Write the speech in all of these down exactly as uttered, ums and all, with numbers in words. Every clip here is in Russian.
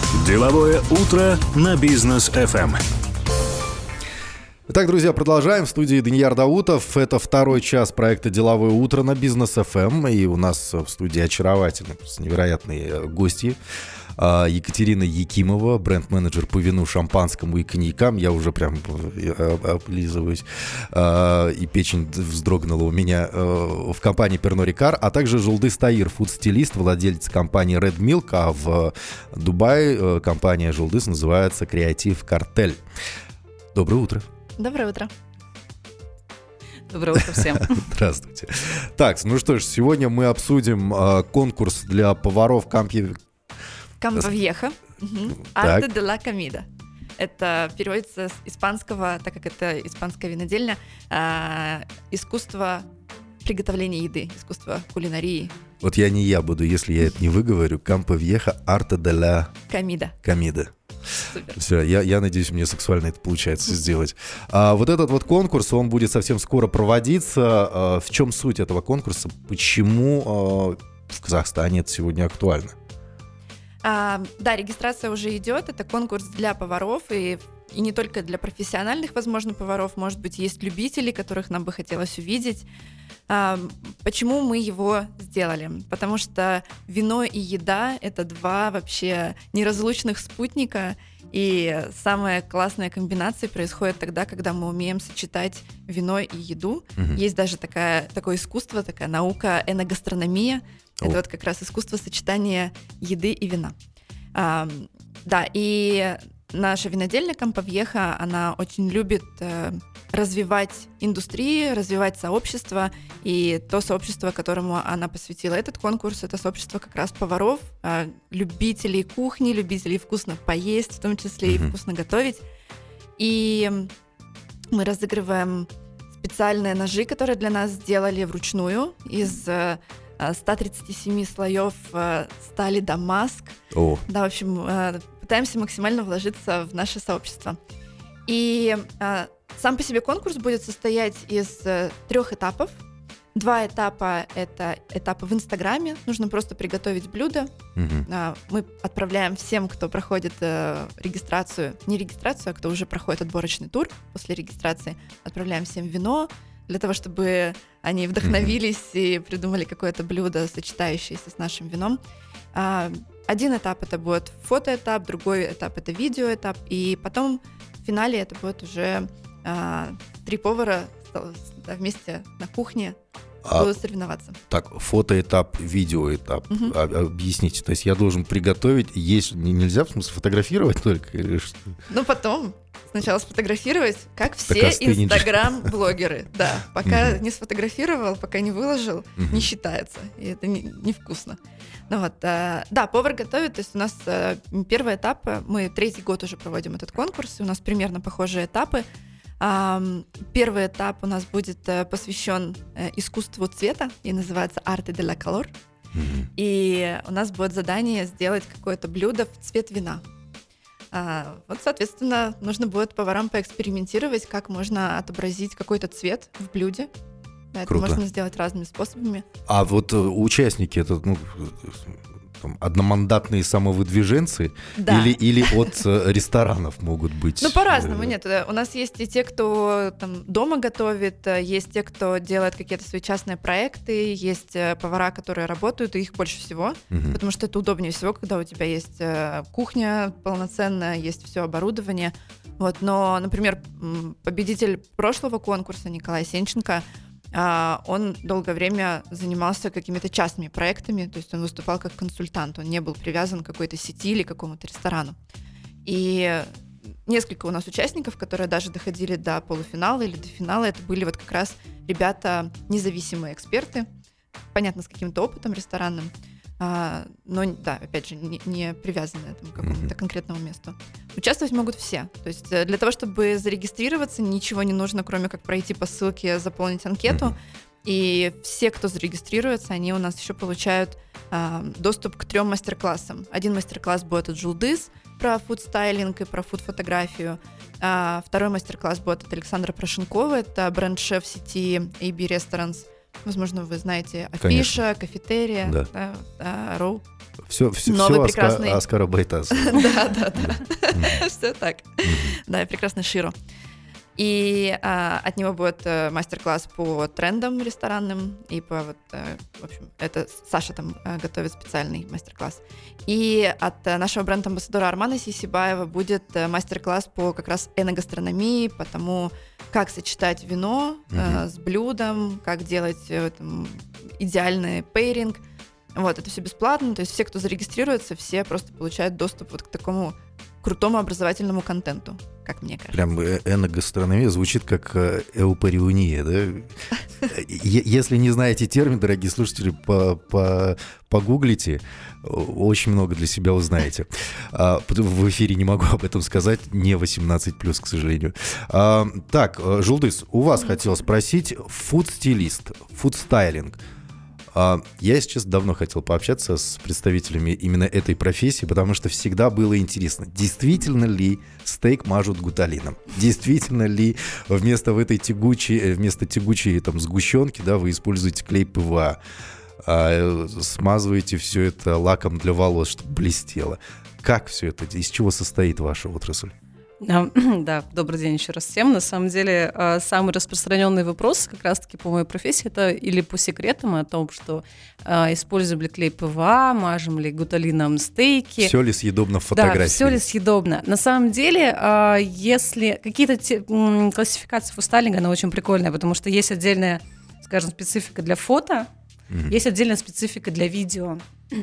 Деловое утро на Бизнес эф эм. Итак, друзья, продолжаем. В студии Данияр Даутов. Это второй час проекта «Деловое утро» на Бизнес эф эм. И у нас в студии очаровательные, невероятные гости. Екатерина Якимова, бренд-менеджер по вину, шампанскому и коньякам. Я уже прям облизываюсь. И печень вздрогнула у меня в компании Pernod Ricard. А также Жулдыз Таир, фуд-стилист, владелец компании Red Milk. А в Дубае компания Жулдыз называется Креатив Картель. Доброе утро. Доброе утро. Доброе утро всем. Здравствуйте. Так, ну что ж, сегодня мы обсудим э, конкурс для поваров Кампи... Кампавьеха. Арте де ла комида. Это переводится с испанского, так как это испанская винодельня, э, искусство приготовления еды, искусство кулинарии. Вот я не я буду, если я это не выговорю. Кампавьеха арте де ла комида. Комида. Супер. Все, я, я надеюсь, мне сексуально это получается сделать. А, вот этот вот конкурс, он будет совсем скоро проводиться. А, в чем суть этого конкурса? Почему а, в Казахстане это сегодня актуально? А, да, регистрация уже идет. Это конкурс для поваров и, и не только для профессиональных, возможно, поваров. Может быть, есть любители, которых нам бы хотелось увидеть. А, почему мы его сделали? Потому что вино и еда — это два вообще неразлучных спутника, и самая классная комбинация происходит тогда, когда мы умеем сочетать вино и еду. Mm-hmm. Есть даже такая, такое искусство, такая наука эногастрономия. Oh. Это вот как раз искусство сочетания еды и вина. А, да, и наша винодельня Кампавьеха, она очень любит э, развивать индустрии, развивать сообщество, и то сообщество, которому она посвятила этот конкурс, это сообщество как раз поваров, э, любителей кухни, любителей вкусно поесть, в том числе mm-hmm. и вкусно готовить. И мы разыгрываем специальные ножи, которые для нас сделали вручную из э, ста тридцати семи слоев э, стали Дамаск. Oh. Да, в общем, э, пытаемся максимально вложиться в наше сообщество. И э, сам по себе конкурс будет состоять из э, трех этапов. Два этапа — это этапы в Инстаграме. Нужно просто приготовить блюдо. Mm-hmm. Э, мы отправляем всем, кто проходит э, регистрацию, не регистрацию, а кто уже проходит отборочный тур после регистрации, отправляем всем вино, для того, чтобы они вдохновились mm-hmm. и придумали какое-то блюдо, сочетающееся с нашим вином. А, один этап — это будет фотоэтап, другой этап — это видеоэтап, и потом в финале это будет уже а, три повара да, вместе на кухне а, будут соревноваться. Так, фотоэтап, видеоэтап. Угу. А, объясните, то есть я должен приготовить, есть нельзя, в смысле, фотографировать только? Или что? Ну, потом сначала сфотографировать, как все инстаграм-блогеры. Да, пока не сфотографировал, пока не выложил, не считается, и это невкусно. Ну вот, да, повар готовит, то есть у нас первый этап, мы третий год уже проводим этот конкурс, и у нас примерно похожие этапы. Первый этап у нас будет посвящен искусству цвета и называется «Арте де ла колор». Mm-hmm. И у нас будет задание сделать какое-то блюдо в цвет вина. А, вот, соответственно, нужно будет поварам поэкспериментировать, как можно отобразить какой-то цвет в блюде. Да, это можно сделать разными способами. А вот участники, это ну, там, одномандатные самовыдвиженцы, да. или, или от ресторанов могут быть? Ну, по-разному, нет. У нас есть и те, кто там дома готовит, есть те, кто делает какие-то свои частные проекты, есть повара, которые работают, и их больше всего, угу. потому что это удобнее всего, когда у тебя есть кухня полноценная, есть все оборудование. Вот. Но, например, победитель прошлого конкурса Николай Сенченко, он долгое время занимался какими-то частными проектами, то есть он выступал как консультант, он не был привязан к какой-то сети или какому-то ресторану. И несколько у нас участников, которые даже доходили до полуфинала или до финала, это были вот как раз ребята, независимые эксперты, понятно, с каким-то опытом ресторанным, А, но, да, опять же, не, не привязанные там, к какому-то mm-hmm. конкретному месту. Участвовать могут все. То есть для того, чтобы зарегистрироваться, ничего не нужно, кроме как пройти по ссылке, заполнить анкету. Mm-hmm. И все, кто зарегистрируется, они у нас еще получают а, доступ к трем мастер-классам. Один мастер-класс будет от Жулдыз про фуд-стайлинг и про фуд-фотографию. А, второй мастер-класс будет от Александра Порошенкова. Это бренд-шеф сети эй би Restaurants. Возможно, вы знаете Афиша, Кафетерия, да. Да, да, Роу, Все, все, Новый все прекрасный... Оскара Байтаса. Да, да, да. Все так. Да, прекрасный Широ. И а, от него будет а, мастер-класс по трендам ресторанным, и по вот, а, в общем, это Саша там а, готовит специальный мастер-класс. И от а, нашего бренд-амбассадора Армана Сисибаева будет а, мастер-класс по как раз эногастрономии, по тому, как сочетать вино а, с блюдом, как делать а, там, идеальный пейринг. Вот, это все бесплатно, то есть все, кто зарегистрируется, все просто получают доступ вот к такому крутому образовательному контенту, как мне кажется. Прям эногастрономия звучит как эупариуния, да? Если не знаете термин, дорогие слушатели, погуглите, очень много для себя узнаете. В эфире не могу об этом сказать, не восемнадцать плюс, к сожалению. Так, Жулдыз, у вас хотел спросить, фуд-стилист, фуд-стайлинг. Я, если честно, давно хотел пообщаться с представителями именно этой профессии, потому что всегда было интересно, действительно ли стейк мажут гуталином, действительно ли вместо в этой тягучей, вместо тягучей там, сгущенки, да, вы используете клей ПВА, а, смазываете все это лаком для волос, чтобы блестело. Как все это, из чего состоит ваша отрасль? Да, добрый день еще раз всем. На самом деле, самый распространенный вопрос как раз-таки по моей профессии, это или по секретам о том, что используем ли клей ПВА, мажем ли гуталином стейки. Все ли съедобно в фотографии? Да, все ли съедобно. На самом деле, если какие-то те, классификации фудстайлинга, она очень прикольная, потому что есть отдельная, скажем, специфика для фото, mm-hmm. есть отдельная специфика для видео.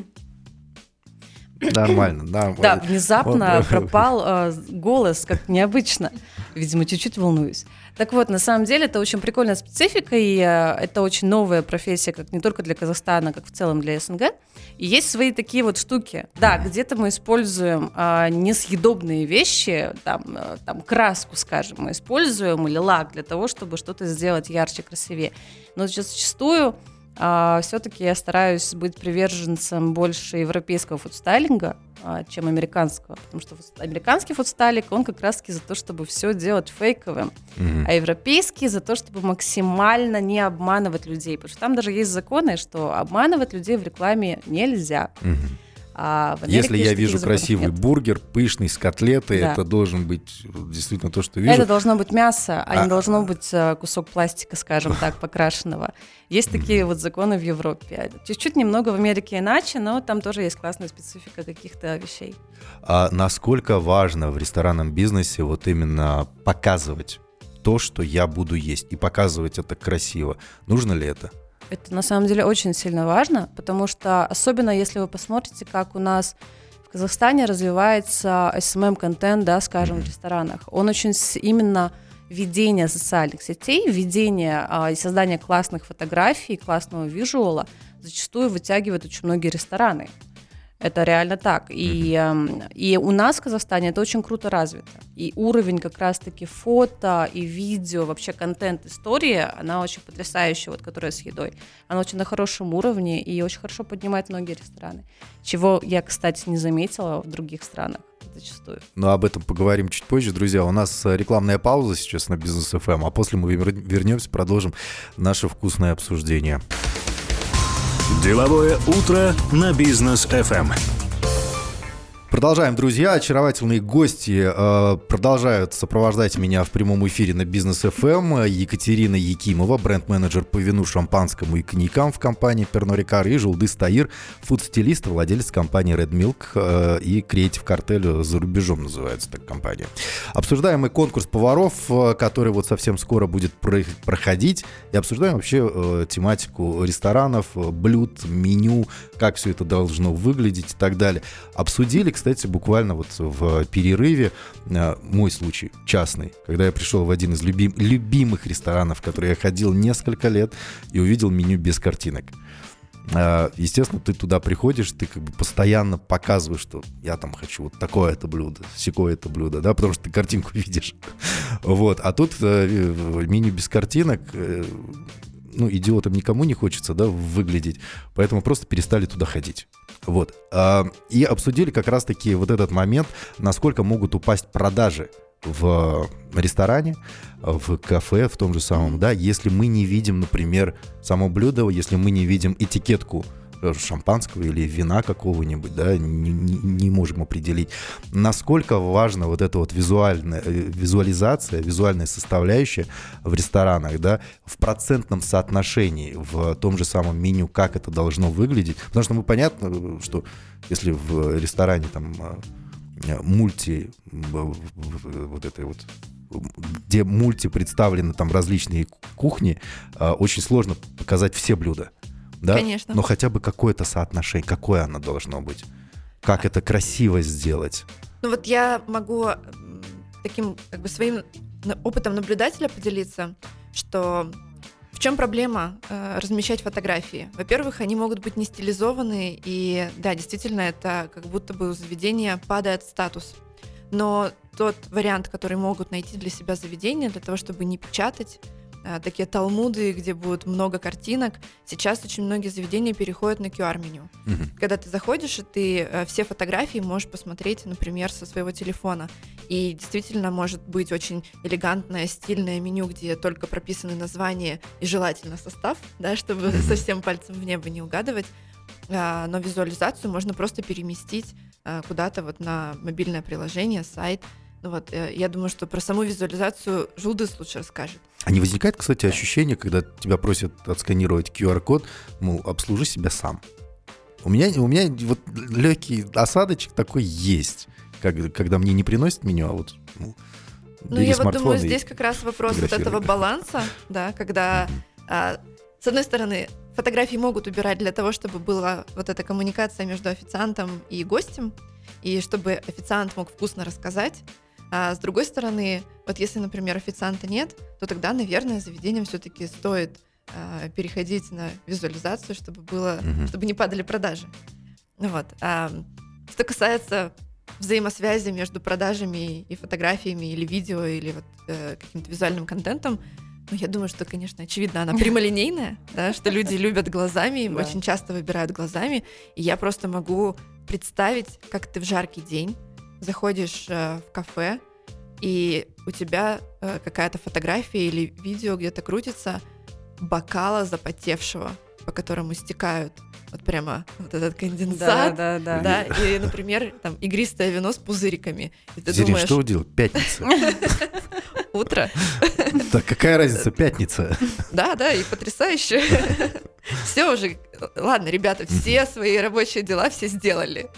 Нормально, да. Да, внезапно пропал э, голос, как необычно. Видимо, чуть-чуть волнуюсь. Так вот, на самом деле, это очень прикольная специфика, и э, это очень новая профессия, как не только для Казахстана, как в целом для СНГ. И есть свои такие вот штуки. Да, где-то мы используем э, несъедобные вещи, там, э, там краску, скажем, мы используем, или лак для того, чтобы что-то сделать ярче, красивее. Но зачастую Uh, все-таки я стараюсь быть приверженцем больше европейского фудстайлинга, uh, чем американского, потому что американский фудстайлинг, он как раз-таки за то, чтобы все делать фейковым, mm-hmm. а европейский за то, чтобы максимально не обманывать людей, потому что там даже есть законы, что обманывать людей в рекламе нельзя. Mm-hmm. А Если я вижу красивый нет. бургер, пышный, с котлетой, да. это должен быть действительно то, что вижу. Это должно быть мясо, а, а не должно быть кусок пластика, скажем так, покрашенного. Есть такие вот законы в Европе. Чуть-чуть немного в Америке иначе, но там тоже есть классная специфика каких-то вещей. А насколько важно в ресторанном бизнесе вот именно показывать то, что я буду есть, и показывать это красиво? Нужно ли это? Это на самом деле очень сильно важно, потому что особенно если вы посмотрите, как у нас в Казахстане развивается эс эм эм-контент, да, скажем, mm-hmm. в ресторанах. Он очень именно ведение социальных сетей, ведение а, и создание классных фотографий, классного визуала зачастую вытягивает очень многие рестораны. Это реально так. И, mm-hmm. и у нас в Казахстане это очень круто развито. И уровень как раз-таки фото и видео, вообще контент, история, она очень потрясающая, вот, которая с едой. Она очень на хорошем уровне и очень хорошо поднимает многие рестораны. Чего я, кстати, не заметила в других странах зачастую. Но об этом поговорим чуть позже. Друзья, у нас рекламная пауза сейчас на Бизнес эф эм, а после мы вернемся, продолжим наше вкусное обсуждение. Деловое утро на Бизнес эф эм. Продолжаем, друзья. Очаровательные гости э, продолжают сопровождать меня в прямом эфире на Бизнес эф эм. Екатерина Якимова, бренд-менеджер по вину, шампанскому и коньякам в компании Pernod Ricard, и Жулдыз Таир, фуд-стилист, владелец компании Red Milk э, и Creative Cartel за рубежом называется так компания. Обсуждаем мы конкурс поваров, который вот совсем скоро будет про- проходить, и обсуждаем вообще э, тематику ресторанов, блюд, меню, как все это должно выглядеть и так далее. Обсудили, кстати, буквально вот в перерыве мой случай частный, когда я пришел в один из любим, любимых ресторанов, в который я ходил несколько лет, и увидел меню без картинок. Естественно, ты туда приходишь, ты как бы постоянно показываешь, что я там хочу вот такое-то блюдо, сякое-то блюдо, да, потому что ты картинку видишь. Вот. А тут меню без картинок, ну, идиотам никому не хочется, да, выглядеть, поэтому просто перестали туда ходить. Вот. И обсудили как раз-таки вот этот момент, насколько могут упасть продажи в ресторане, в кафе, в том же самом, да, если мы не видим, например, само блюдо, если мы не видим этикетку шампанского или вина какого-нибудь, да, не, не, не можем определить. Насколько важна вот эта вот визуальная, визуализация, визуальная составляющая в ресторанах, да, в процентном соотношении, в том же самом меню, как это должно выглядеть. Потому что, ну, понятно, что если в ресторане там мульти, вот этой вот, где мульти представлены там различные кухни, очень сложно показать все блюда. Да? Конечно. Но хотя бы какое-то соотношение, какое оно должно быть, как это красиво сделать. Ну вот я могу таким как бы своим опытом наблюдателя поделиться, что в чем проблема э, размещать фотографии? Во-первых, они могут быть не стилизованы, и да, действительно, это как будто бы у заведения падает статус. Но тот вариант, который могут найти для себя заведения, для того, чтобы не печатать, такие талмуды, где будет много картинок. Сейчас очень многие заведения переходят на ку ар-меню. Uh-huh. Когда ты заходишь, и ты э, все фотографии можешь посмотреть, например, со своего телефона. И действительно может быть очень элегантное, стильное меню, где только прописаны названия и желательно состав, да, чтобы uh-huh. совсем пальцем в небо не угадывать. А, но визуализацию можно просто переместить а, куда-то вот на мобильное приложение, сайт. Ну вот, я думаю, что про саму визуализацию Жулдыс лучше расскажет. А не возникает, кстати, ощущение, когда тебя просят отсканировать ку ар-код, мол, обслужи себя сам? У меня, у меня вот легкий осадочек такой есть, как, когда мне не приносят меню, а вот... Ну, ну я вот думаю, здесь как раз вопрос вот этого баланса, да, когда, mm-hmm. а, с одной стороны, фотографии могут убирать для того, чтобы была вот эта коммуникация между официантом и гостем, и чтобы официант мог вкусно рассказать. А с другой стороны, вот если, например, официанта нет, то тогда, наверное, заведениям все-таки стоит а, переходить на визуализацию, чтобы было, mm-hmm. чтобы не падали продажи. Вот. А, что касается взаимосвязи между продажами и фотографиями или видео, или вот, э, каким-то визуальным контентом, ну, я думаю, что, конечно, очевидно, она прямолинейная, да, что люди любят глазами, очень часто выбирают глазами, и я просто могу представить, как ты в жаркий день заходишь э, в кафе, и у тебя э, какая-то фотография или видео где-то крутится бокала запотевшего, по которому стекают вот прямо вот этот конденсат. Да, да, да. да и, например, там игристое вино с пузыриками. И ты Зерин, думаешь... что вы делаете? Пятница. Утро. Так какая разница, пятница? Да, да, и потрясающе. Все уже, ладно, ребята, все свои рабочие дела все сделали.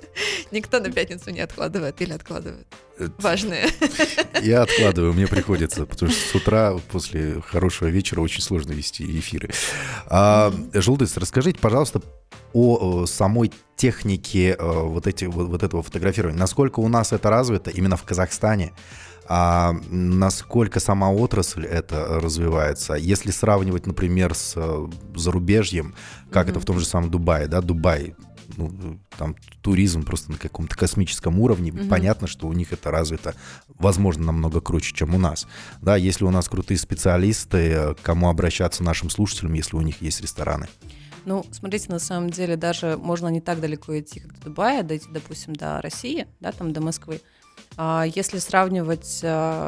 Никто на пятницу не откладывает или откладывает. Важные. Я откладываю, мне приходится, потому что с утра после хорошего вечера очень сложно вести эфиры. А, Жулдыс, расскажите, пожалуйста, о самой технике вот, эти, вот, вот этого фотографирования. Насколько у нас это развито именно в Казахстане? А насколько сама отрасль это развивается? Если сравнивать, например, с зарубежьем, как mm-hmm. это в том же самом Дубае, да, Дубай, ну, там туризм просто на каком-то космическом уровне, mm-hmm. понятно, что у них это развито, возможно, намного круче, чем у нас. Да, если у нас крутые специалисты, к кому обращаться нашим слушателям, если у них есть рестораны? Ну, смотрите, на самом деле даже можно не так далеко идти, как до Дубая, дойти, допустим, до России, да, там до Москвы. Если сравнивать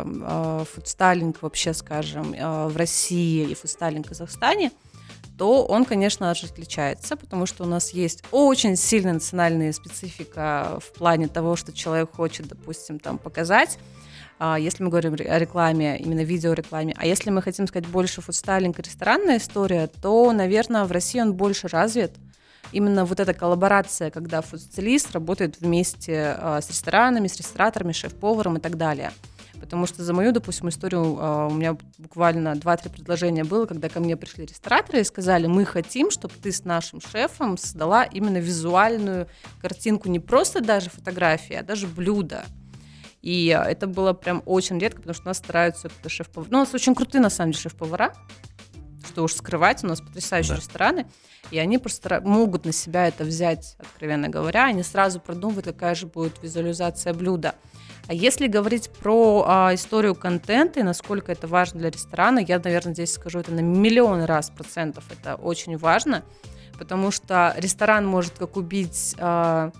фудстайлинг вообще, скажем, в России и фудстайлинг в Казахстане, то он, конечно, отличается, потому что у нас есть очень сильная национальная специфика в плане того, что человек хочет, допустим, там показать, если мы говорим о рекламе, именно видеорекламе. А если мы хотим сказать больше фудстайлинг и ресторанная история, то, наверное, в России он больше развит. Именно вот эта коллаборация, когда фуд-стилист работает вместе а, с ресторанами, с рестораторами, шеф-поваром и так далее. Потому что за мою, допустим, историю а, у меня буквально два-три предложения было, когда ко мне пришли рестораторы и сказали: мы хотим, чтобы ты с нашим шефом создала именно визуальную картинку, не просто даже фотографии, а даже блюда. И это было прям очень редко, потому что у нас стараются шеф-повара. Ну, у нас очень крутые, на самом деле, шеф-повара, что уж скрывать, у нас потрясающие да. рестораны, и они просто могут на себя это взять, откровенно говоря, они сразу продумывают, какая же будет визуализация блюда. А если говорить про а, историю контента и насколько это важно для ресторана, я, наверное, здесь скажу это на миллион раз процентов, это очень важно, потому что ресторан может как убить а,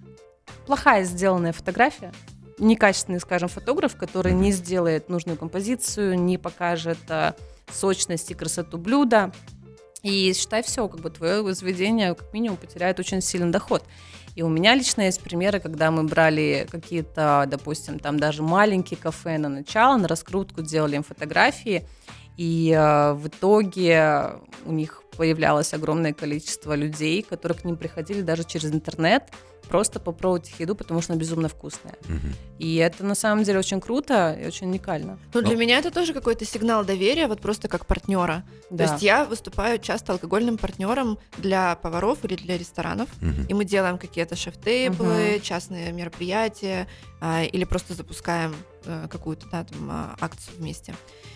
плохая сделанная фотография, некачественный, скажем, фотограф, который не сделает нужную композицию, не покажет а, сочность и красоту блюда. И считай, все, как бы твое заведение как минимум потеряет очень сильный доход. И у меня лично есть примеры, когда мы брали какие-то, допустим, там даже маленькие кафе на начало, на раскрутку, делали им фотографии, и э, в итоге у них появлялось огромное количество людей, которые к ним приходили даже через интернет, просто попробовать их еду, потому что она безумно вкусная. Угу. И это на самом деле очень круто и очень уникально. Ну, для Но... меня это тоже какой-то сигнал доверия, вот просто как партнера. Да. То есть я выступаю часто алкогольным партнером для поваров или для ресторанов, угу. и мы делаем какие-то шеф-тейблы, угу. частные мероприятия, а, или просто запускаем а, какую-то да, там, а, акцию вместе.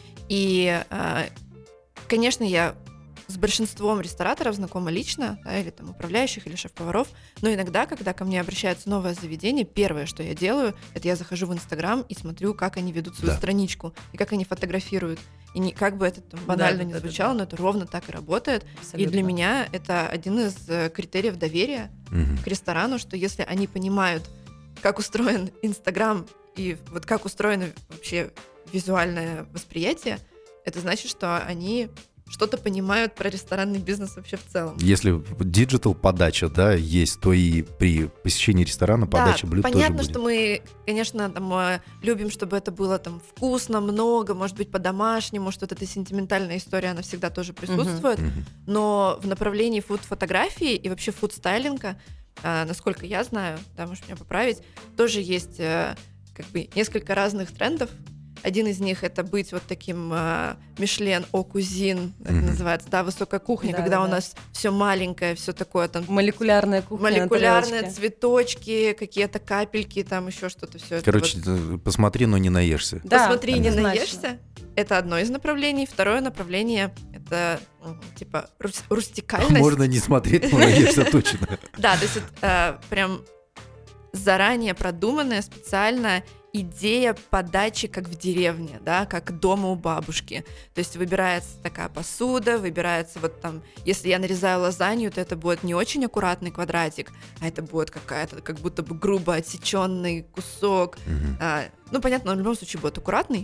И, а, конечно, я с большинством рестораторов знакома лично, да, или там управляющих, или шеф-поваров, но иногда, когда ко мне обращается новое заведение, первое, что я делаю, это я захожу в Инстаграм и смотрю, как они ведут свою да. страничку, и как они фотографируют. И не, как бы это там, банально да, не да, звучало, да, да. но это ровно так и работает. Абсолютно. И для меня это один из критериев доверия угу. к ресторану, что если они понимают, как устроен Инстаграм и вот как устроено вообще визуальное восприятие, это значит, что они что-то понимают про ресторанный бизнес вообще в целом. Если диджитал подача, да, есть, то и при посещении ресторана подача да, блюд тоже будет. Понятно, что мы, конечно, там, любим, чтобы это было там вкусно, много, может быть, по-домашнему, что-то эта сентиментальная история, она всегда тоже присутствует, uh-huh. но в направлении фуд-фотографии и вообще фуд-стайлинга, э, насколько я знаю, да, можешь меня поправить, тоже есть э, как бы несколько разных трендов. Один из них — это быть вот таким э, Мишлен о кузин, это mm-hmm. называется, да, высокая кухня, да, когда да, у да. нас все маленькое, все такое там... Молекулярная кухня. Молекулярные цветочки, какие-то капельки, там еще что-то, все Короче, это вот... посмотри, но не наешься. Да, посмотри, не наешься. Это одно из направлений. Второе направление — это типа рус- рустикальность. Можно не смотреть, но наешься точно. Да, то есть прям заранее продуманная специально идея подачи, как в деревне, да, как дома у бабушки. То есть выбирается такая посуда, выбирается вот там, если я нарезаю лазанью, то это будет не очень аккуратный квадратик, а это будет какая-то, как будто бы грубо отсеченный кусок. Mm-hmm. А, ну, понятно, он в любом случае будет аккуратный,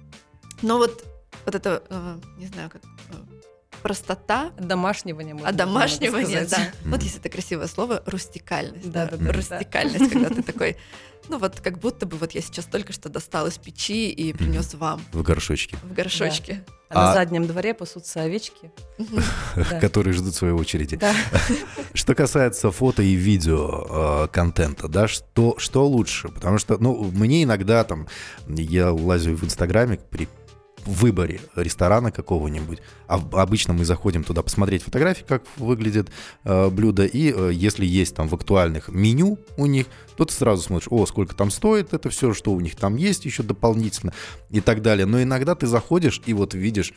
но вот, вот это, э, не знаю, как... простота. Домашнивание, можно Домашнивание, да. Mm-hmm. Вот если это красивое слово, рустикальность. Да, да, да. Рустикальность, когда ты такой, ну вот как будто бы вот я сейчас только что достал из печи и принес вам. В горшочке. В горшочке. А, а на заднем дворе пасутся овечки. Которые ждут своей очереди. Да. Что касается фото и видео э, контента, да, что, что лучше? Потому что, ну, мне иногда там, я лазю в Инстаграме при в выборе ресторана какого-нибудь, а обычно мы заходим туда посмотреть фотографии, как выглядит э, блюдо, и э, если есть там в актуальных меню у них, то ты сразу смотришь, о, сколько там стоит это все, что у них там есть еще дополнительно и так далее. Но иногда ты заходишь и вот видишь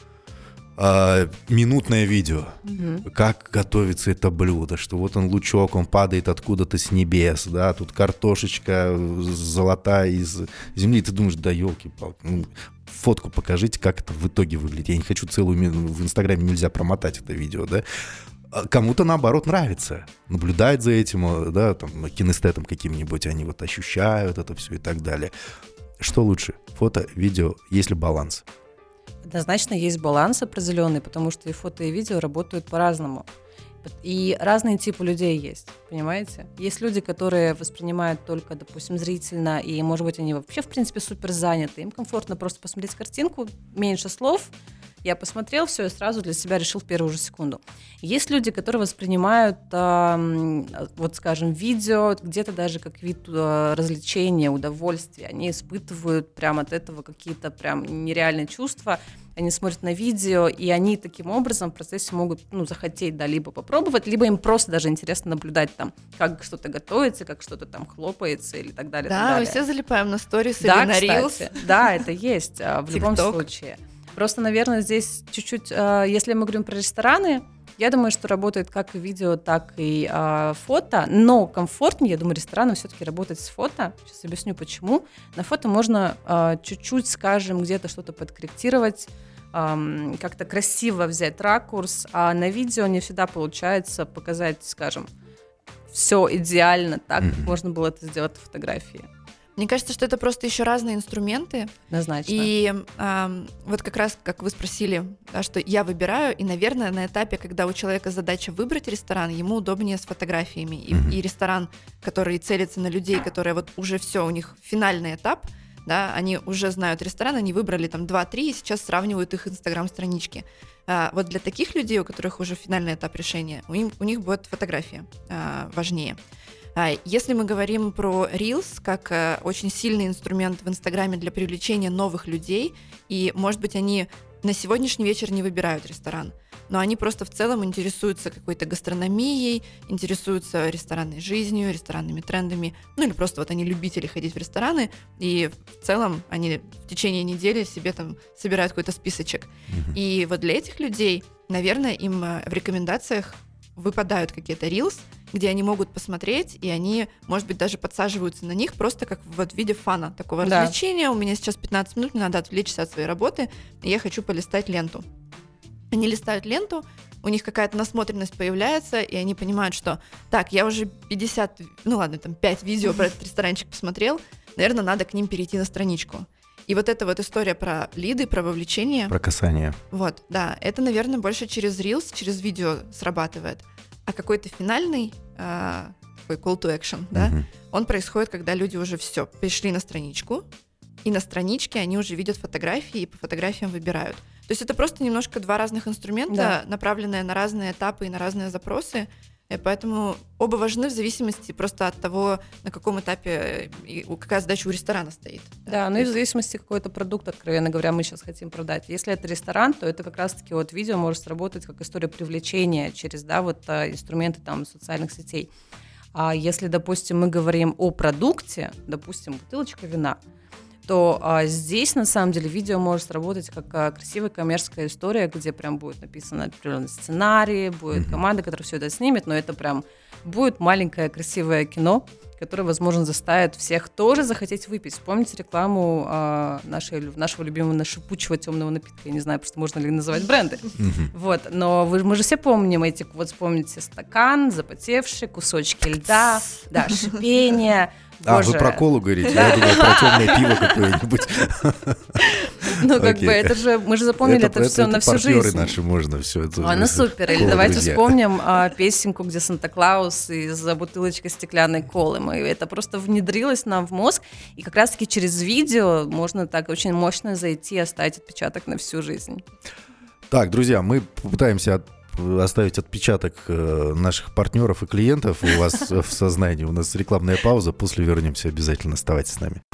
э, минутное видео, mm-hmm. как готовится это блюдо, что вот он лучок, он падает откуда-то с небес, да, тут картошечка золотая из земли, и ты думаешь, да елки-палки, ну, фотку покажите, как это в итоге выглядит. Я не хочу целую минуту, в Инстаграме нельзя промотать это видео, да. А кому-то, наоборот, нравится. Наблюдать за этим, да, там, кинестетом каким-нибудь, они вот ощущают это все и так далее. Что лучше? Фото, видео, есть ли баланс? Однозначно есть баланс определенный, потому что и фото, и видео работают по-разному. И разные типы людей есть, понимаете? Есть люди, которые воспринимают только, допустим, зрительно, и, может быть, они вообще, в принципе, супер заняты. Им комфортно просто посмотреть картинку, меньше слов. Я посмотрел все и сразу для себя решил в первую же секунду. Есть люди, которые воспринимают, э, вот, скажем, видео где-то даже как вид э, развлечения, удовольствия. Они испытывают прямо от этого какие-то прям нереальные чувства. Они смотрят на видео, и они таким образом в процессе могут, ну, захотеть, да, либо попробовать, либо им просто даже интересно наблюдать там, как что-то готовится, как что-то там хлопается или так далее. Да, так далее. Мы все залипаем на сторис да, или на рилс. Да, это есть в любом случае. Просто, наверное, здесь чуть-чуть, если мы говорим про рестораны, я думаю, что работает как и видео, так и э, фото, но комфортнее, я думаю, ресторанам все-таки работать с фото. Сейчас объясню, почему. На фото можно э, чуть-чуть, скажем, где-то что-то подкорректировать, э, как-то красиво взять ракурс, а на видео не всегда получается показать, скажем, все идеально так, как можно было это сделать на фотографии. Мне кажется, что это просто еще разные инструменты. Однозначно. И э, вот как раз, как вы спросили, да, что я выбираю, и, наверное, на этапе, когда у человека задача выбрать ресторан, ему удобнее с фотографиями. И, mm-hmm. и ресторан, который целится на людей, которые вот уже все, у них финальный этап, да, они уже знают ресторан, они выбрали там два-три, и сейчас сравнивают их инстаграм-странички. А, вот для таких людей, у которых уже финальный этап решения, у них, у них будет фотография а, важнее. Если мы говорим про Reels как э, очень сильный инструмент в Инстаграме для привлечения новых людей, и, может быть, они на сегодняшний вечер не выбирают ресторан, но они просто в целом интересуются какой-то гастрономией, интересуются ресторанной жизнью, ресторанными трендами, ну или просто вот они любители ходить в рестораны, и в целом они в течение недели себе там собирают какой-то списочек. Mm-hmm. И вот для этих людей, наверное, им в рекомендациях выпадают какие-то Reels, где они могут посмотреть, и они, может быть, даже подсаживаются на них просто как вот в виде фана, такого да. развлечения. У меня сейчас пятнадцать минут, мне надо отвлечься от своей работы, и я хочу полистать ленту. Они листают ленту, у них какая-то насмотренность появляется, и они понимают, что так, я уже пятьдесят, ну ладно, там пять видео про этот ресторанчик посмотрел, наверное, надо к ним перейти на страничку. И вот эта вот история про лиды, про вовлечение. Про касание. Вот, да, это, наверное, больше через Reels, через видео срабатывает. А какой-то финальный э, такой call to action, да, uh-huh. он происходит, когда люди уже все, пришли на страничку, и на страничке они уже видят фотографии, и по фотографиям выбирают. То есть это просто немножко два разных инструмента, да. направленные на разные этапы и на разные запросы. И поэтому оба важны в зависимости просто от того, на каком этапе и какая задача у ресторана стоит. Да, да, ну и в зависимости какой-то продукт, откровенно говоря, мы сейчас хотим продать. Если это ресторан, то это как раз-таки вот видео может сработать как история привлечения через, да, вот инструменты там социальных сетей. А если, допустим, мы говорим о продукте, допустим, бутылочка вина, то а, здесь, на самом деле, видео может сработать как а, красивая коммерческая история, где прям будет написан определенный сценарий, будет mm-hmm. команда, которая все это снимет, но это прям будет маленькое красивое кино, которое, возможно, заставит всех тоже захотеть выпить. Вспомните рекламу а, нашей, нашего любимого шипучего темного напитка. Я не знаю, просто можно ли называть бренды. Mm-hmm. Вот, но вы, мы же все помним эти, вот вспомните стакан, запотевший, кусочки льда, да, шипение. А, Боже. Вы про колу говорите? Я думал, про темное пиво какое-нибудь. Ну, как бы, это же, мы же запомнили это все на всю жизнь. Партнеры наши, можно все это. А, ну супер. Или давайте вспомним песенку, где Санта-Клаус из бутылочки стеклянной колы. Это просто внедрилось нам в мозг, и как раз-таки через видео можно так очень мощно зайти и оставить отпечаток на всю жизнь. Так, друзья, мы попытаемся оставить отпечаток наших партнеров и клиентов у вас в сознании. У нас рекламная пауза, после вернемся обязательно. Оставайтесь с нами.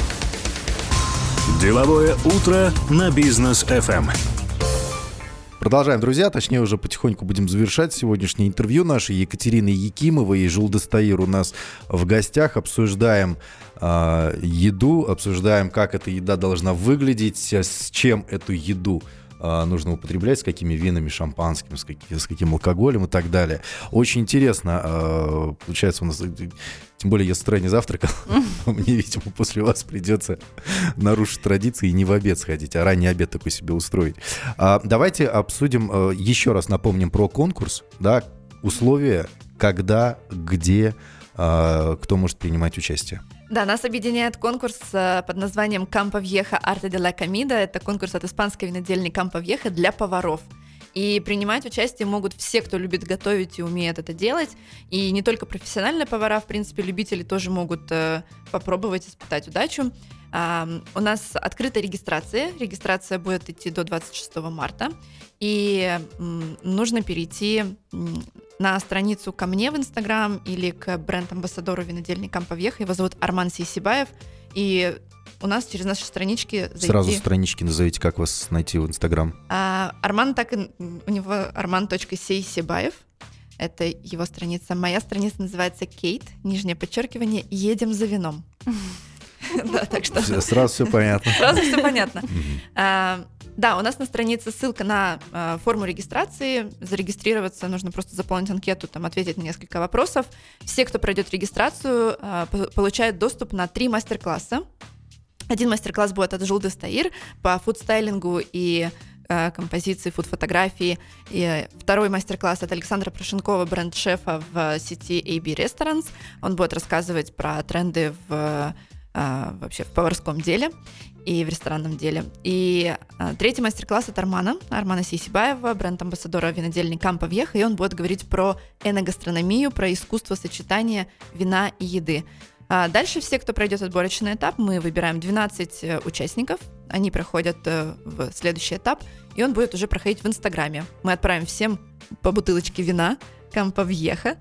Деловое утро на Бизнес эф эм. Продолжаем, друзья, точнее уже потихоньку будем завершать сегодняшнее интервью наше. Екатерина Якимова и Жулдас Таир у нас в гостях. Обсуждаем э, еду, обсуждаем, как эта еда должна выглядеть, с чем эту еду нужно употреблять, с какими винами, шампанским, с, каким, с каким алкоголем и так далее. Очень интересно. Получается, у нас, тем более я с утра не завтракал, мне, видимо, после вас придется нарушить традиции и не в обед сходить, а ранний обед такой себе устроить. Давайте обсудим, еще раз напомним про конкурс, да, условия, когда, где, кто может принимать участие. Да, нас объединяет конкурс под названием Campo Viejo Arte de la Comida. Это конкурс от испанской винодельни Campo Viejo для поваров. И принимать участие могут все, кто любит готовить и умеет это делать. И не только профессиональные повара, в принципе, любители тоже могут попробовать испытать удачу. У нас открыта регистрация. Регистрация будет идти до двадцать шестого марта. И нужно перейти на страницу ко мне в Инстаграм или к бренд-амбассадору винодельни Campo Viejo. Его зовут Арман Сейсебаев. И у нас через наши странички зайти... Сразу странички назовите, как вас найти в Инстаграм. А, Арман, так и... У него арман точка сейсебаев. Это его страница. Моя страница называется Кейт, нижнее подчеркивание, «Едем за вином». Да, так что... Сразу все понятно. Сразу все понятно. Да, у нас на странице ссылка на э, форму регистрации. Зарегистрироваться нужно просто заполнить анкету, там, ответить на несколько вопросов. Все, кто пройдет регистрацию, э, получают доступ на три мастер-класса. Один мастер-класс будет от Жулдас Таир по фудстайлингу и э, композиции, фуд-фотографии. И второй мастер-класс от Александра Прошенкова, бренд-шефа в сети эй би Restaurants. Он будет рассказывать про тренды в а, вообще в поварском деле и в ресторанном деле. И а, третий мастер-класс от Армана, Армана Сейсибаева, бренд-амбассадора винодельни Кампо Вьеха, и он будет говорить про эногастрономию, про искусство сочетания вина и еды. А дальше все, кто пройдет отборочный этап, мы выбираем двенадцать участников, они проходят в следующий этап, и он будет уже проходить в Инстаграме. Мы отправим всем по бутылочке вина Кампо Вьеха,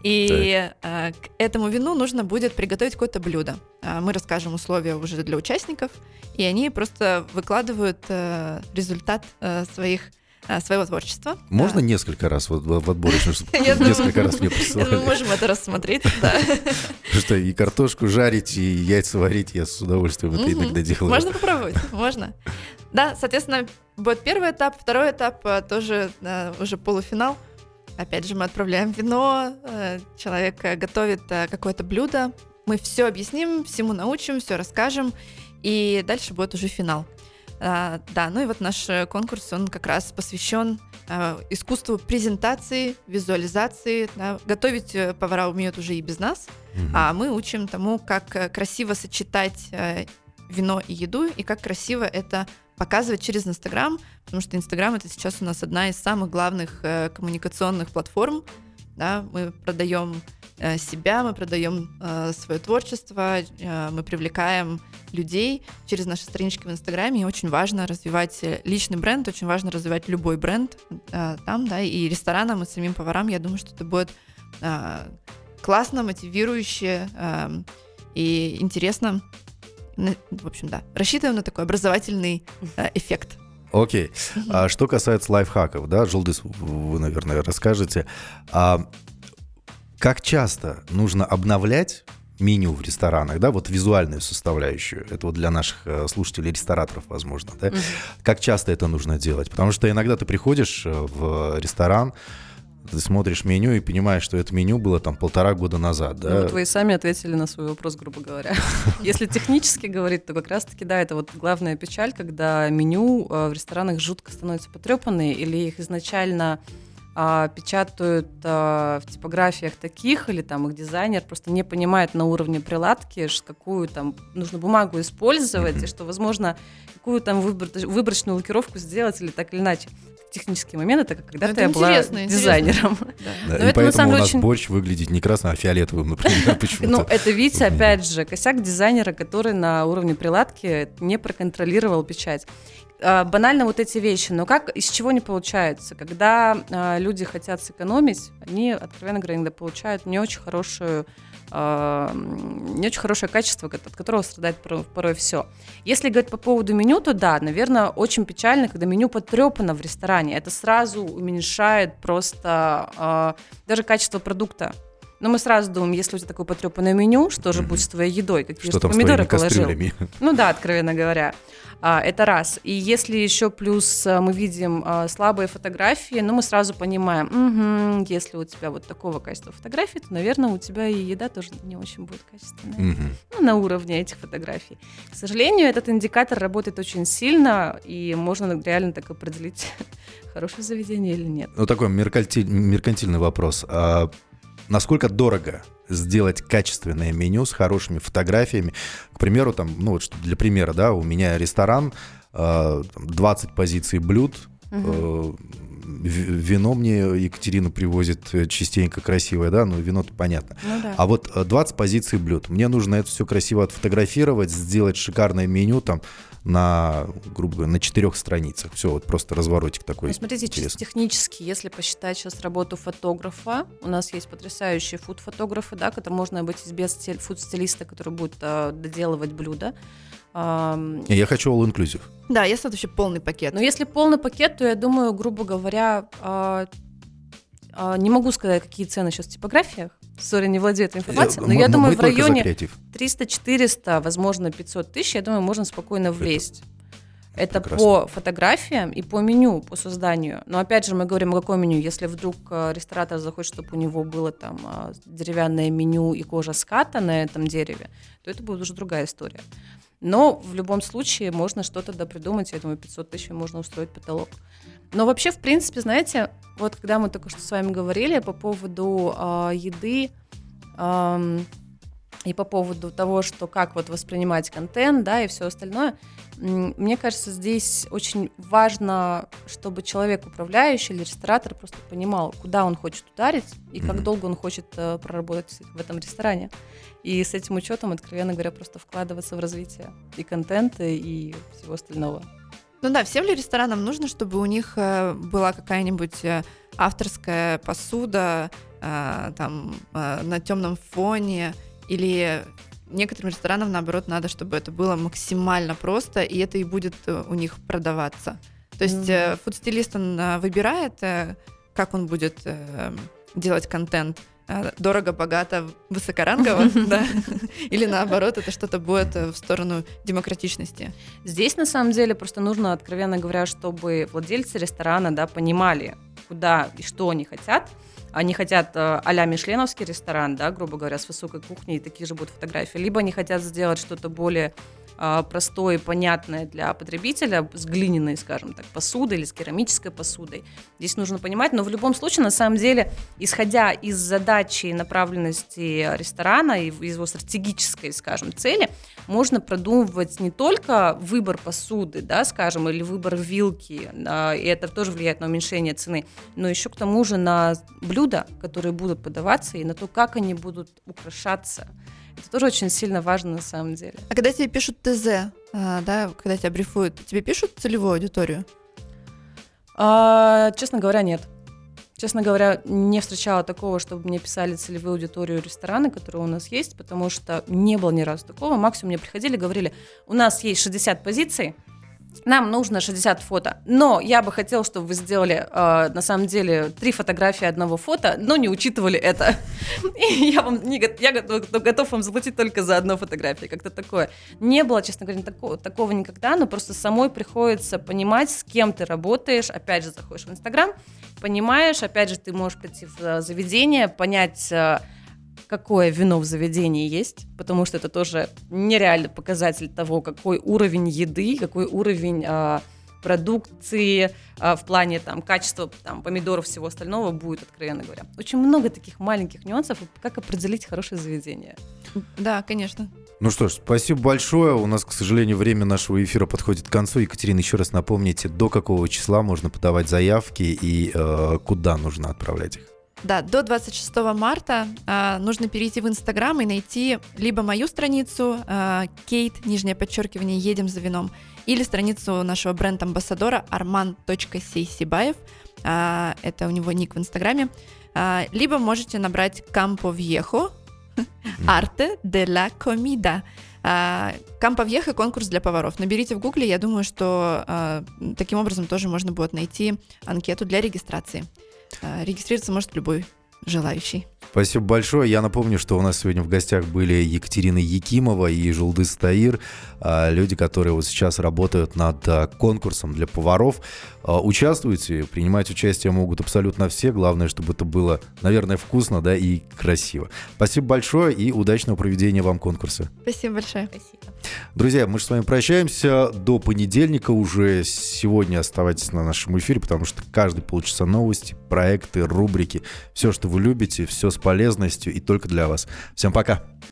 и а, к этому вину нужно будет приготовить какое-то блюдо. А, мы расскажем условия уже для участников, и они просто выкладывают а, результат а, своих своего творчества. Можно да. несколько раз вот в отборочную, несколько раз мне присылали? Мы можем это рассмотреть, да. Что и картошку жарить, и яйца варить, я с удовольствием это иногда делаю. Можно попробовать, можно. Да, соответственно, будет первый этап, второй этап, тоже уже полуфинал. Опять же, мы отправляем вино, человек готовит какое-то блюдо, мы все объясним, всему научим, все расскажем, и дальше будет уже финал. Uh, да, ну и вот наш конкурс, он как раз посвящен uh, искусству презентации, визуализации. Да. Готовить повара умеют уже и без нас, mm-hmm. а мы учим тому, как красиво сочетать uh, вино и еду, и как красиво это показывать через Инстаграм, потому что Инстаграм — это сейчас у нас одна из самых главных uh, коммуникационных платформ. Да. Мы продаем uh, себя, мы продаем uh, свое творчество, uh, мы привлекаем людей через наши странички в Инстаграме, и очень важно развивать личный бренд, очень важно развивать любой бренд а, там, да, и ресторанам, и самим поварам. Я думаю, что это будет а, классно, мотивирующе а, и интересно. В общем, да, рассчитываем на такой образовательный а, эффект. Окей. Okay. А что касается лайфхаков, да, Жулдыз, вы, наверное, расскажете. А как часто нужно обновлять меню в ресторанах, да, вот визуальную составляющую, это вот для наших слушателей, рестораторов, возможно, да, mm-hmm. как часто это нужно делать? Потому что иногда ты приходишь в ресторан, ты смотришь меню и понимаешь, что это меню было там полтора года назад, да? Ну, вот вы и сами ответили на свой вопрос, грубо говоря. Если технически говорить, то как раз-таки, да, это вот главная печаль, когда меню в ресторанах жутко становятся потрепанные, или их изначально А, печатают а, в типографиях таких, или там их дизайнер просто не понимает на уровне приладки, какую там нужно бумагу использовать, mm-hmm. и что, возможно, какую там выбор, выборочную лакировку сделать, или так или иначе. Технический момент — это когда-то это я была дизайнером. Да. Да, и поэтому у нас очень... борщ выглядит не красным, а фиолетовым, например, почему-то. Ну, это, видите, опять же, косяк дизайнера, который на уровне приладки не проконтролировал печать. Банально вот эти вещи, но как, из чего не получается? Когда а, люди хотят сэкономить, они, откровенно говоря, иногда получают не очень хорошую, а, не очень хорошее качество, от которого страдает порой, порой все. Если говорить по поводу меню, то да, наверное, очень печально, когда меню потрепано в ресторане. Это сразу уменьшает просто а, даже качество продукта. Но мы сразу думаем, если у тебя такое потрепанное меню, что же mm-hmm. будет с твоей едой? Какие что же помидоры положил? Ну да, откровенно говоря. А, это раз. И если еще плюс мы видим а, слабые фотографии, ну мы сразу понимаем, угу, если у тебя вот такого качества фотографий, то, наверное, у тебя и еда тоже не очень будет качественная. Mm-hmm. Ну, на уровне этих фотографий. К сожалению, этот индикатор работает очень сильно, и можно реально так определить, хорошее заведение или нет. Ну, такой меркантиль, меркантильный вопрос. А насколько дорого сделать качественное меню с хорошими фотографиями? К примеру, там, ну вот для примера, да, у меня ресторан, двадцать позиций блюд, угу. Вино мне Екатерина привозит частенько красивое, да, ну вино-то понятно. Ну, да. А вот двадцать позиций блюд. Мне нужно это все красиво отфотографировать, сделать шикарное меню там на, грубо говоря, на четырех страницах. Все, вот просто разворотик такой. Ну, смотрите, чисто технически, если посчитать сейчас работу фотографа, у нас есть потрясающие фуд-фотографы, да, которые можно обойтись без фуд-стилиста, который будет а, доделывать блюда. Я хочу all-inclusive. Да, если это вообще полный пакет. Но если полный пакет, то я думаю, грубо говоря, а, а, не могу сказать, какие цены сейчас в типографиях. Сори, не владею этой информацией. Но М- я думаю, в районе триста-четыреста, возможно, пятьсот тысяч, я думаю, можно спокойно влезть. Это прекрасно. По фотографиям и по меню, по созданию. Но опять же мы говорим, о каком меню. Если вдруг ресторатор захочет, чтобы у него было там деревянное меню и кожа ската на этом дереве, то это будет уже другая история. Но в любом случае можно что-то допридумать. Я думаю, пятьсот тысяч можно устроить потолок. Но вообще, в принципе, знаете, вот когда мы только что с вами говорили по поводу э, еды, э, и по поводу того, что как вот воспринимать контент, да, и все остальное, мне кажется, здесь очень важно, чтобы человек, управляющий или ресторатор, просто понимал, куда он хочет ударить и как mm-hmm. долго он хочет uh, проработать в этом ресторане. И с этим учетом, откровенно говоря, просто вкладываться в развитие и контента, и всего остального. Ну да, всем ли ресторанам нужно, чтобы у них э, была какая-нибудь э, авторская посуда э, там э, на темном фоне? Или некоторым ресторанам, наоборот, надо, чтобы это было максимально просто, и это и будет у них продаваться. То есть mm-hmm. фуд-стилист, он выбирает, как он будет делать контент. Дорого, богато, высокорангово, да? Или наоборот, это что-то будет в сторону демократичности? Здесь, на самом деле, просто нужно, откровенно говоря, чтобы владельцы ресторана, да, понимали, куда и что они хотят. Они хотят э, а-ля мишленовский ресторан, да, грубо говоря, с высокой кухней, и такие же будут фотографии. Либо они хотят сделать что-то более э, простое и понятное для потребителя, с глиняной, скажем так, посудой или с керамической посудой. Здесь нужно понимать, но в любом случае, на самом деле, исходя из задачи и направленности ресторана и из его стратегической, скажем, цели, можно продумывать не только выбор посуды, да, скажем, или выбор вилки, э, и это тоже влияет на уменьшение цены, но еще к тому же на блюда, которые будут подаваться, и на то, как они будут украшаться. Это тоже очень сильно важно на самом деле. А когда тебе пишут ТЗ, а, да, когда тебя брифуют, тебе пишут целевую аудиторию? А, честно говоря, нет. Честно говоря, не встречала такого, чтобы мне писали целевую аудиторию рестораны, которые у нас есть, потому что не было ни разу такого. Максимум мне приходили, говорили, у нас есть шестьдесят позиций, нам нужно шестьдесят фото, но я бы хотела, чтобы вы сделали, э, на самом деле, три фотографии одного фото, но не учитывали это. И я, вам не, я готов, готов вам заплатить только за одну фотографию, как-то такое. Не было, честно говоря, такого, такого никогда, но просто самой приходится понимать, с кем ты работаешь. Опять же, заходишь в Инстаграм, понимаешь, опять же, ты можешь прийти в заведение, понять, какое вино в заведении есть, потому что это тоже нереальный показатель того, какой уровень еды, какой уровень а, продукции а, в плане там, качества там, помидоров, всего остального будет, откровенно говоря. Очень много таких маленьких нюансов, как определить хорошее заведение. Да, конечно. Ну что ж, спасибо большое. У нас, к сожалению, время нашего эфира подходит к концу. Екатерина, еще раз напомните, до какого числа можно подавать заявки и э, куда нужно отправлять их? Да, до двадцать шестого марта э, нужно перейти в Инстаграм и найти либо мою страницу э, Кейт, нижнее подчеркивание, едем за вином, или страницу нашего бренд-амбассадора арман точка сейсибаев, э, это у него ник в Инстаграме, э, либо можете набрать Campo Viejo, Arte de la Comida. Campo Viejo — конкурс для поваров. Наберите в гугле, я думаю, что э, таким образом тоже можно будет найти анкету для регистрации. Регистрироваться может любой желающий. Спасибо большое. Я напомню, что у нас сегодня в гостях были Екатерина Якимова и Жулдыз Таир, люди, которые вот сейчас работают над конкурсом для поваров. Участвуйте, принимать участие могут абсолютно все. Главное, чтобы это было, наверное, вкусно, да, и красиво. Спасибо большое и удачного проведения вам конкурса. Спасибо большое. Спасибо. Друзья, мы же с вами прощаемся до понедельника. Уже сегодня оставайтесь на нашем эфире, потому что каждый полчаса новости, проекты, рубрики, все, что вы любите, все с полезностью и только для вас. Всем пока.